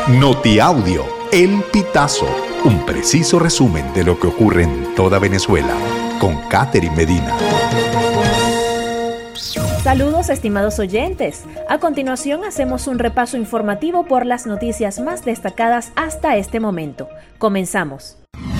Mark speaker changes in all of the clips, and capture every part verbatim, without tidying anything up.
Speaker 1: Notiaudio, El Pitazo, un preciso resumen de lo que ocurre en toda Venezuela, con Catherine Medina.
Speaker 2: Saludos, estimados oyentes. A continuación hacemos un repaso informativo por las noticias más destacadas hasta este momento. Comenzamos.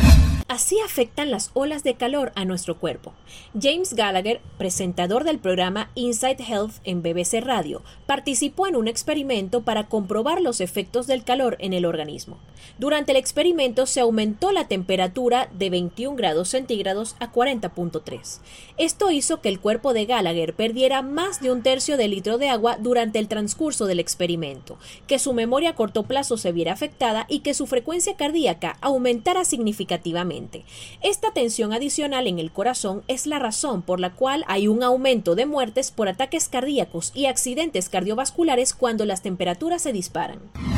Speaker 2: Así afectan las olas de calor a nuestro cuerpo. James Gallagher, presentador del programa Inside Health en B B C Radio, participó en un experimento para comprobar los efectos del calor en el organismo. Durante el experimento se aumentó la temperatura de veintiún grados centígrados a cuarenta punto tres. Esto hizo que el cuerpo de Gallagher perdiera más de un tercio de litro de agua durante el transcurso del experimento, que su memoria a corto plazo se viera afectada y que su frecuencia cardíaca aumentara significativamente. Esta tensión adicional en el corazón es la razón por la cual hay un aumento de muertes por ataques cardíacos y accidentes cardiovasculares cuando las temperaturas se disparan.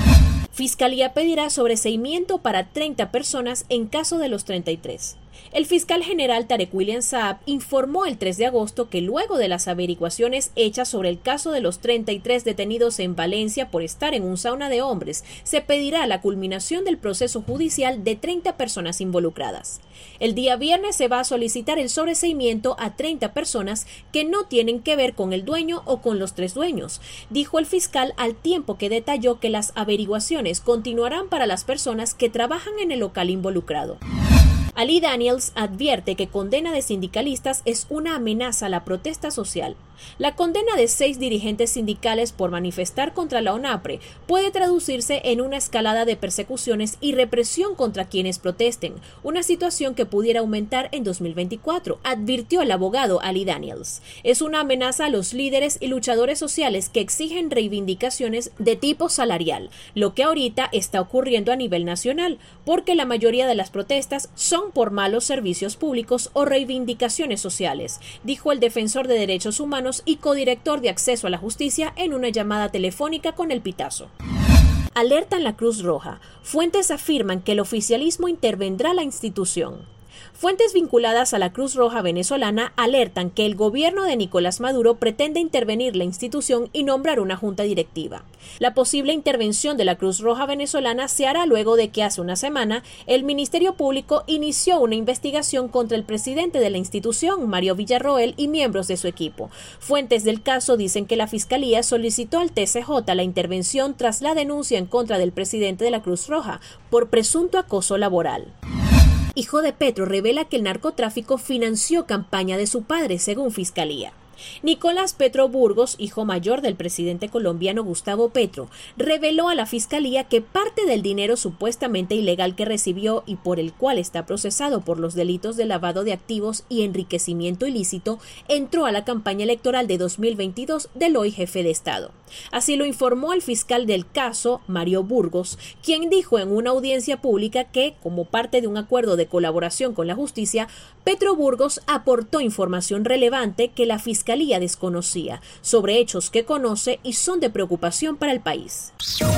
Speaker 2: Fiscalía pedirá sobreseimiento para treinta personas en caso de los treinta y tres. El fiscal general Tarek William Saab informó el tres de agosto que luego de las averiguaciones hechas sobre el caso de los treinta y tres detenidos en Valencia por estar en un sauna de hombres, se pedirá la culminación del proceso judicial de treinta personas involucradas. El día viernes se va a solicitar el sobreseimiento a treinta personas que no tienen que ver con el dueño o con los tres dueños, dijo el fiscal, al tiempo que detalló que las averiguaciones continuarán para las personas que trabajan en el local involucrado. Ali Daniels advierte que condena de sindicalistas es una amenaza a la protesta social. La condena de seis dirigentes sindicales por manifestar contra la ONAPRE puede traducirse en una escalada de persecuciones y represión contra quienes protesten, una situación que pudiera aumentar en dos mil veinticuatro, advirtió el abogado Ali Daniels. Es una amenaza a los líderes y luchadores sociales que exigen reivindicaciones de tipo salarial, lo que ahorita está ocurriendo a nivel nacional, porque la mayoría de las protestas son por malos servicios públicos o reivindicaciones sociales, dijo el defensor de derechos humanos y codirector de Acceso a la Justicia en una llamada telefónica con El Pitazo. Alertan la Cruz Roja. Fuentes afirman que el oficialismo intervendrá la institución. Fuentes vinculadas a la Cruz Roja venezolana alertan que el gobierno de Nicolás Maduro pretende intervenir la institución y nombrar una junta directiva. La posible intervención de la Cruz Roja venezolana se hará luego de que hace una semana el Ministerio Público inició una investigación contra el presidente de la institución, Mario Villarroel, y miembros de su equipo. Fuentes del caso dicen que la Fiscalía solicitó al T C J la intervención tras la denuncia en contra del presidente de la Cruz Roja por presunto acoso laboral. Hijo de Petro revela que el narcotráfico financió campaña de su padre, según Fiscalía. Nicolás Petro Burgos, hijo mayor del presidente colombiano Gustavo Petro, reveló a la Fiscalía que parte del dinero supuestamente ilegal que recibió y por el cual está procesado por los delitos de lavado de activos y enriquecimiento ilícito entró a la campaña electoral de dos mil veintidós del hoy jefe de Estado. Así lo informó el fiscal del caso, Mario Burgos, quien dijo en una audiencia pública que, como parte de un acuerdo de colaboración con la justicia, Petro Burgos aportó información relevante que la Fiscalía Fiscalía desconocía sobre hechos que conoce y son de preocupación para el país.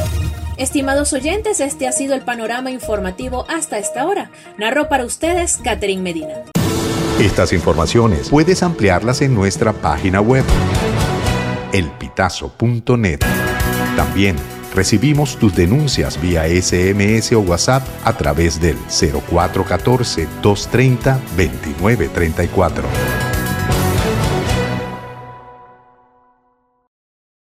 Speaker 2: Estimados oyentes, este ha sido el panorama informativo hasta esta hora. Narró para ustedes Catherine Medina.
Speaker 1: Estas informaciones puedes ampliarlas en nuestra página web, el pitazo punto net. También recibimos tus denuncias vía ese eme ese o WhatsApp a través del cero cuatro uno cuatro, dos tres cero, dos nueve tres cuatro.